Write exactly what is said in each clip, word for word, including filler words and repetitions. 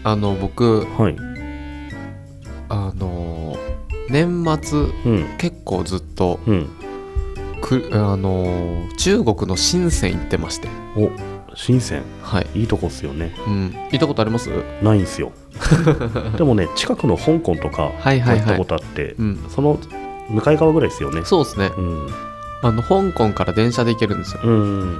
あの僕、 はい、 あの年末、うん、結構ずっと、うん、くあの中国の深セン行ってまして。 お、深セン、 はい、 いいとこっすよね。 うん、行ったことあります？ ないんすよでもね、近くの香港とか行ったことあって、はいはいはい、うん、その向かい側ぐらいですよね。 そうですね、うん、あの香港から電車で行けるんですよ。うん、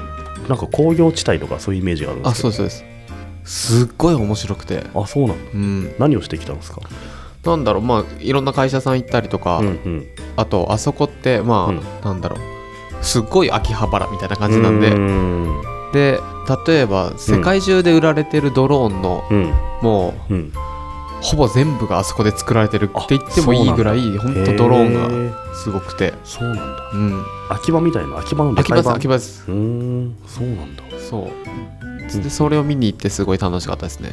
なんか工業地帯とかそういうイメージがあるんですけど。 あ、そうです。すっごい面白くて。 あ、そうなんだ、うん、何をしてきたんですか？ なんだろう、まあいろんな会社さん行ったりとか、うんうん、あとあそこってまあ、うん、なんだろう、すっごい秋葉原みたいな感じなんで、うんで例えば世界中で売られてるドローンの、うん、もう、うん、ほぼ全部があそこで作られてるって言ってもいいぐらい、本当ドローンがすごくて。 そうなんだ、うん、秋葉みたいな、秋葉のでかい版。 秋葉です。 うーん、そうなんだ。 そうで、それを見に行ってすごい楽しかったですね。うん、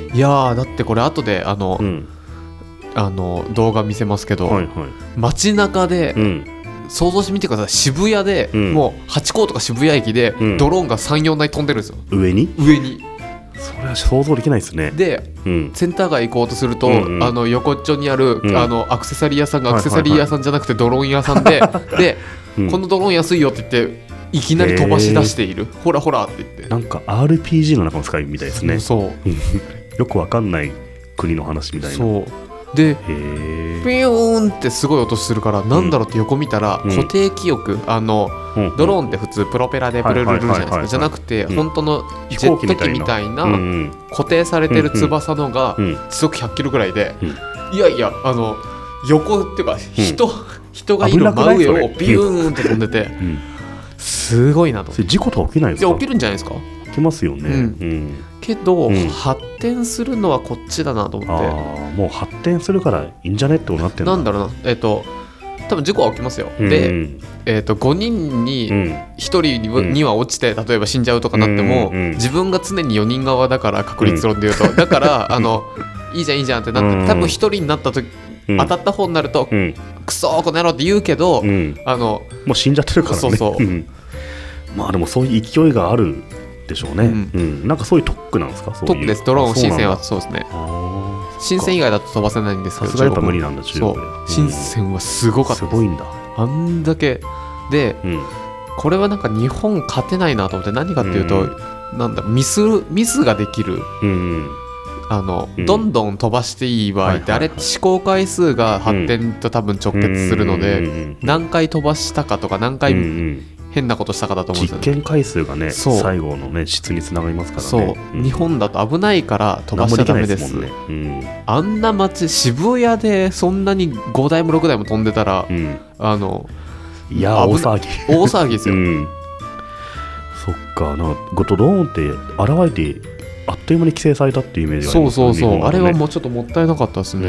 いやー、だってこれ後であの、うん、あの動画見せますけど、はいはい、街中で、うん、想像してみてください。渋谷で、うん、もうハチ公とか渋谷駅で、うん、ドローンが さん,よん 台飛んでるんですよ。 上に上にそれは想像できないですね。 で、うん、センター街行こうとすると、うんうん、あの横っちょにある、うん、あのアクセサリー屋さんがアクセサリー屋さんじゃなくてドローン屋さんで、はいはいはい、で、うん、このドローン安いよって言っていきなり飛ばし出している。ほらほらって言って、 なんか アールピージー の中の使いみたいですね。 そうよくわかんない国の話みたいな。 そうで、ピューンってすごい音するから、なんだろうって横見たら、うん、固定記憶、あの、うん、ドローンって普通プロペラでプルルルじゃないですか。じゃなくて、うん、本当のジェット機みたいな固定されてる翼のが時速ひゃっキロぐらいで、うんうん、いやいや、あの横っていうか人、うん、人がいる真上をビューンって飛んでて、うん、すごいなと。 それ事故とか起きないですか？ 起きるんじゃないですか？ 起きますよね、うんうん、 けど、うん、発展するのはこっちだなと思って。 あ、もう発展するからいいんじゃねってなってる。 なんだろうな、えっ、ー、と多分事故は起きますよ、うん、で、えー、とごにんにひとりには落ちて、例えば死んじゃうとかなっても、うんうん、自分が常によにん側だから、確率論で言うと、うん、だからあのいいじゃんいいじゃんってなって、うん、多分ひとりになった時、うん、当たった方になると、うん、クソーこの野郎って言うけど、うん、あのもう死んじゃってるからね。 そうそう、うん、 まあでもそういう勢いがあるでしょうね、うんうん、なんかそういう特区なんですか？そういう特区です。ドローン、深センはそうですね。深セン以外だと飛ばせないんですけど、 さすがやっぱ無理なんだ、中国で。 深センはすごかったです。 すごいんだ。 あんだけで、うん、これはなんか日本勝てないなと思って。何かっていうと、うん、なんだミスミスができる、うん、あの、うん、どんどん飛ばしていい場合って、あれ試行回数が発展と多分直結するので、何回飛ばしたかとか何回、うんうん、変なことしたかだと思うんですよね。 実験回数がね、最後のね質につながりますからね。 そう、うん、日本だと危ないから飛ばしちゃダメです。 ね、うん、 あんな街、渋谷でそんなにごだいもろくだいも飛んでたら、うん、あのいや大騒ぎ大騒ぎですよ、うん、 そっか。なんかドローンって現れてあっという間に規制されたっていうイメージがありますね。 そうそうそう、ね、あれはもうちょっともったいなかったですね、うん、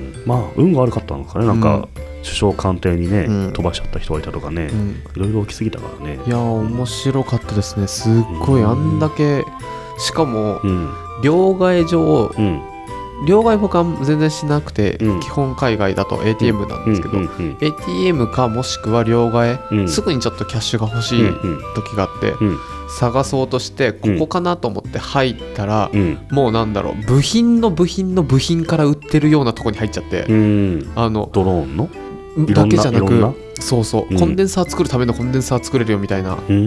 まあ運が悪かったのかね。なんか、うん、首相官邸にね、うん、飛ばしちゃった人がいたとかね、うん、いろいろ起きすぎたからね。 いや面白かったですね。すっごい、あんだけ、しかも、うん、両替所、うん、両替僕は全然しなくて、うん、基本海外だと エーティーエム なんですけど、うんうんうん、エーティーエム かもしくは両替、うん、すぐにちょっとキャッシュが欲しい時があって、うんうん、探そうとしてここかなと思って入ったら、うん、もうなんだろう、部品の部品の部品から売ってるようなとこに入っちゃって、うん、あのドローンのだけじゃなく、そうそう、うん、コンデンサー作るためのコンデンサー作れるよみたいな、うん、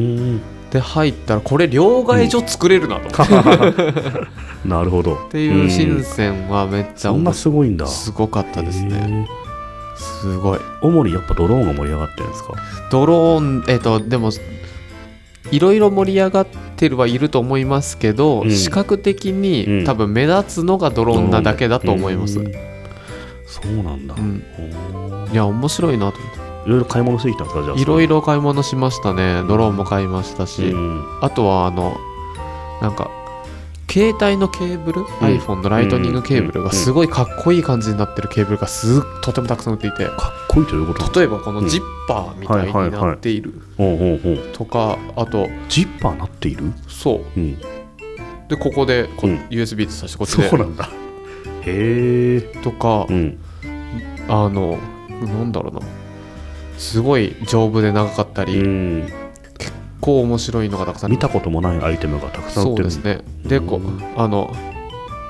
で入ったらこれ両替所作れるなと思って、 うん、なるほどっていう深センはめっちゃ、 そんなすごいんだ。 すごかったですね。すごい。 主にやっぱドローンが盛り上がってるんですか？ ドローン、えっとでもいろいろ盛り上がってるはいると思いますけど、うん、視覚的に、うん、多分目立つのがドローンなだけだと思います、うん、 そうなんだ、うん、 いや面白いなと思って。 いろいろ買い物してきたんですか？じゃあいろいろ買い物しましたね。ドローンも買いましたし、うん、あとはあのなんか携帯のケーブル、うん、iPhone のライトニングケーブルがすごいかっこいい感じになってるケーブルがすとてもたくさん売っていて、 かっこいいということ？ 例えばこのジッパーみたいになっているとか、あとジッパーなっている？ そう、うん、でここでこ、うん、ユーエスビー とさしてこっちで、 そうなんだ。へえ。 とか、うん、あのなんだろうな、すごい丈夫で長かったり、うん、結構面白いのがたくさん。 見たこともないアイテムがたくさん売ってる。 そうですね。でこあの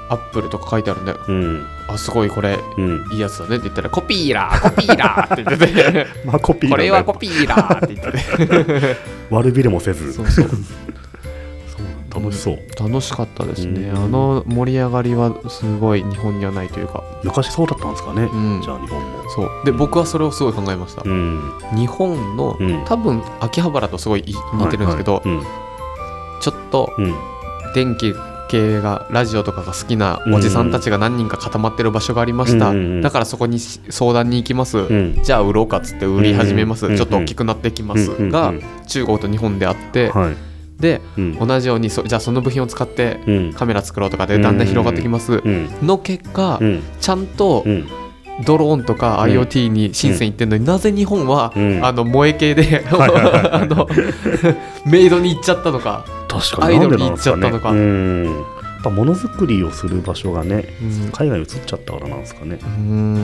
アップルとか書いてあるんで、うん、あすごいこれ、うん、いいやつだねって言ったらコピーラーコピーラーって言っててまあコピーラーこれはコピーラーって言ってて悪びれもせずそうそうそう楽しそう、 楽しかったですね、うん、あの盛り上がりはすごい日本にはないというか昔そうだったんですかね、うん、じゃあ日本もそうで、うん、僕はそれをすごい考えました、うん、日本の、うん、多分秋葉原とすごい似てるんですけど、はいはい、うん、ちょっと、うん、電気系がラジオとかが好きなおじさんたちが何人か固まってる場所がありました、うんうん、だからそこに相談に行きます、うん、じゃあ売ろうかっつって売り始めます、うんうん、ちょっと大きくなってきますが、うんうん、中国と日本であって、はい、で、うん、同じようにそじゃあその部品を使ってカメラ作ろうとかでだんだん広がってきます、うん、の結果、うん、ちゃんと、うん、ドローンとか IoT に深セン行ってるのに、うん、なぜ日本は、うん、あの萌え系であのメイドに行っちゃったのか、確かにアイドルに行っちゃったのか、 うん、やっぱものづくりをする場所がね、うん、海外に移っちゃったからなんですかね、うん、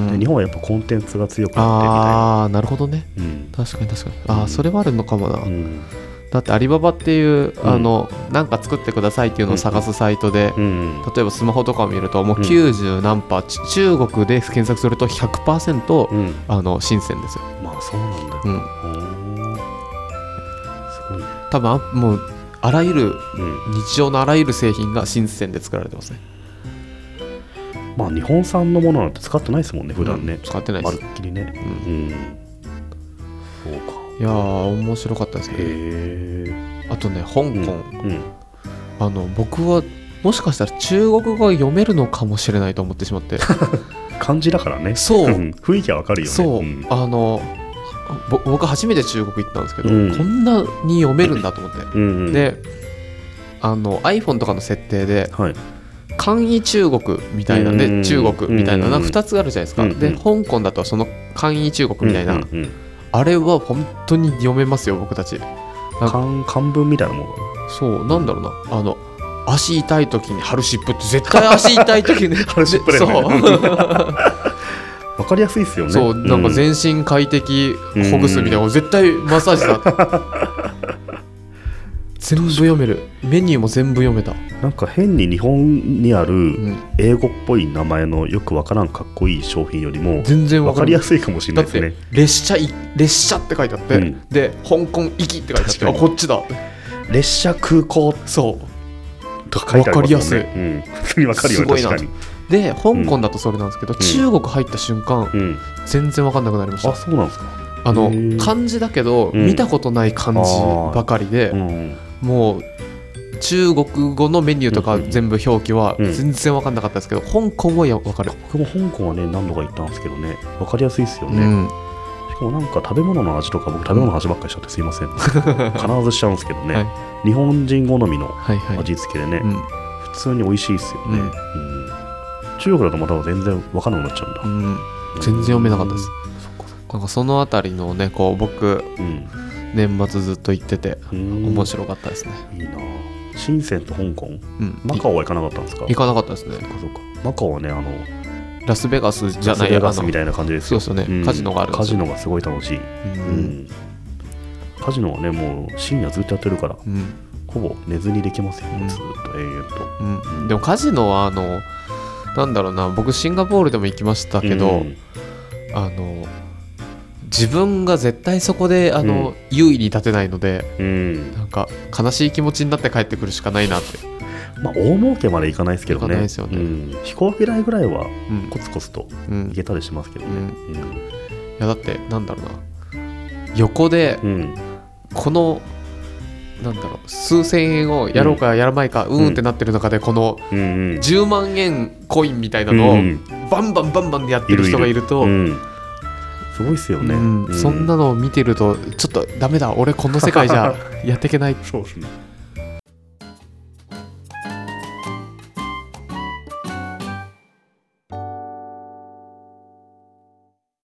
で日本はやっぱコンテンツが強くなってみたいな、 ああなるほどね、うん、確かに確かに、ああ、うん、それはあるのかもな、うん、だってアリババっていう、うん、あのなんか作ってくださいっていうのを探すサイトで、うん、例えばスマホとかを見るともうきゅうじゅう何パー、うん、中国で検索すると ひゃくパーセント、うん、あの深センですよ。 まあそうなんだよ、うん、すごいね。 多分もうあらゆる、うん、日常のあらゆる製品が深センで作られてますね。 まあ日本産のものなんて使ってないですもんね普段ね、うん、 使ってないです。 まるっきりね、うんうん、そうか。 いやー面白かったですね。へあとね香港、うんうん、あの僕はもしかしたら中国語が読めるのかもしれないと思ってしまって漢字だからね。 そう雰囲気はわかるよね。 そう、うん、あの僕初めて中国行ったんですけど、うん、こんなに読めるんだと思って、うんうん、であの iPhone とかの設定で、はい、簡易中国みたいなで、うん、中国みたいなのふたつあるじゃないですか、うんうん、で香港だとその簡易中国みたいな、うんうんうん、あれは本当に読めますよ僕たち。 漢, 漢文みたいなもん。 そうなんだろうな、あの足痛い時に貼る湿布って絶対足痛い時に貼る湿布だよね。そうわかりやすいですよね。 そうなんか全身快適ほぐすみたいな、うん、絶対マッサージだ全部読める。メニューも全部読めた。 なんか変に日本にある英語っぽい名前のよくわからんかっこいい商品よりも全然わかりやすいかもしれないですね。だって列車い列車って書いてあって、うん、で香港行きって書いてあって、あこっちだ列車空港そうとか書いてありますもんね。わかりやすい、 うん、 普通にわかるよね。確かに。 で香港だとそれなんですけど、うん、中国入った瞬間、うん、全然わかんなくなりました。 あそうなんですか。 あの漢字だけど、うん、見たことない漢字ばかりで、うん、もう中国語のメニューとか全部表記は全然わかんなかったですけど、うん、香港はわかる。 僕も香港はね何度か行ったんですけどねわかりやすいですよね、うん、しかもなんか食べ物の味とか僕食べ物の味ばっかりしちゃってすいません、ね、必ずしちゃうんですけどね、はい、日本人好みの味付けでね、はいはい、普通に美味しいですよね、うんうん、中国だとまた全然わかんなくなっちゃうんだ、うん、 全然読めなかったです、うん、なんかそのあたりのねこう僕、うん、年末ずっと行ってて面白かったですね。 いいな。深センと香港、うん、マカオは行かなかったんですか。 行かなかったですね。 そうかそうか。マカオはねあのラスベガスじゃないラスベガスみたいな感じですよ。 そうですよね、うん、カジノがあるんですよ。 カジノがすごい楽しい、うんうん、カジノはねもう深夜ずっとやってるから、うん、ほぼ寝ずにできますよ、うん、ずっと永遠と、 うんうん、でもカジノはあのなんだろうな、僕シンガポールでも行きましたけど、うん、あの自分が絶対そこであの、うん、優位に立てないので、うん、なんか悲しい気持ちになって帰ってくるしかないなって。 まあ大儲けまでいかないですけどね。 いかないですよね、うん、 飛行機代ぐらいはコツコツと行けたりしますけどね、うんうん、 いやだってなんだろうな、横でこのなんだろう数千円をやろうかやらないか、うん、うーんってなってる中でこのじゅうまんえんコインみたいなのをバンバンバンバンでやってる人がいると、 いるいる、うん、すごいですよね、 うんうん、そんなのを見てるとちょっとダメだ俺この世界じゃやっていけないそうですね。